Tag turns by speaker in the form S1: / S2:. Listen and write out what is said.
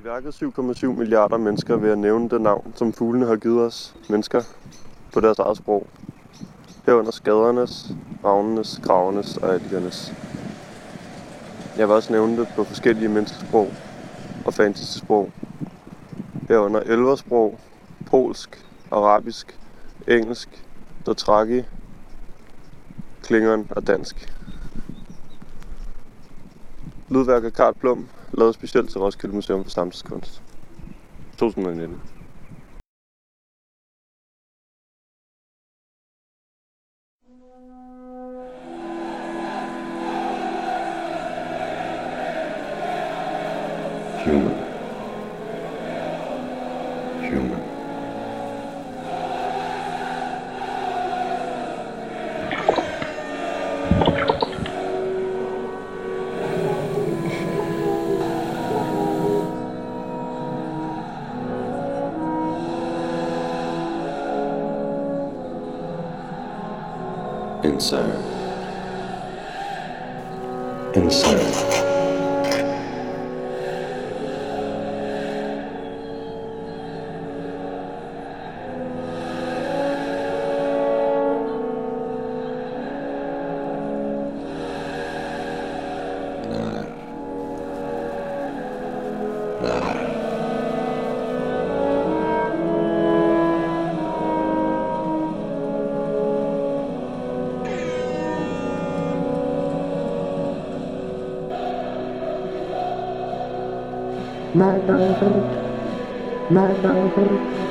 S1: bemærket 7,7 milliarder mennesker ved at nævne det navn, som fuglene har givet os mennesker på deres eget sprog. Herunder skadernes, ravnenes, kravenes og algernes. Jeg vil også nævne det på forskellige menneskesprog og fantasysprog. Herunder elversprog, polsk, arabisk, engelsk, dothraki, klingon og dansk. Lydværk af Carl Plum, lavet specielt til Roskilde Museum for Samtidskunst. 2019.
S2: Human. Human. Insane. Insane. My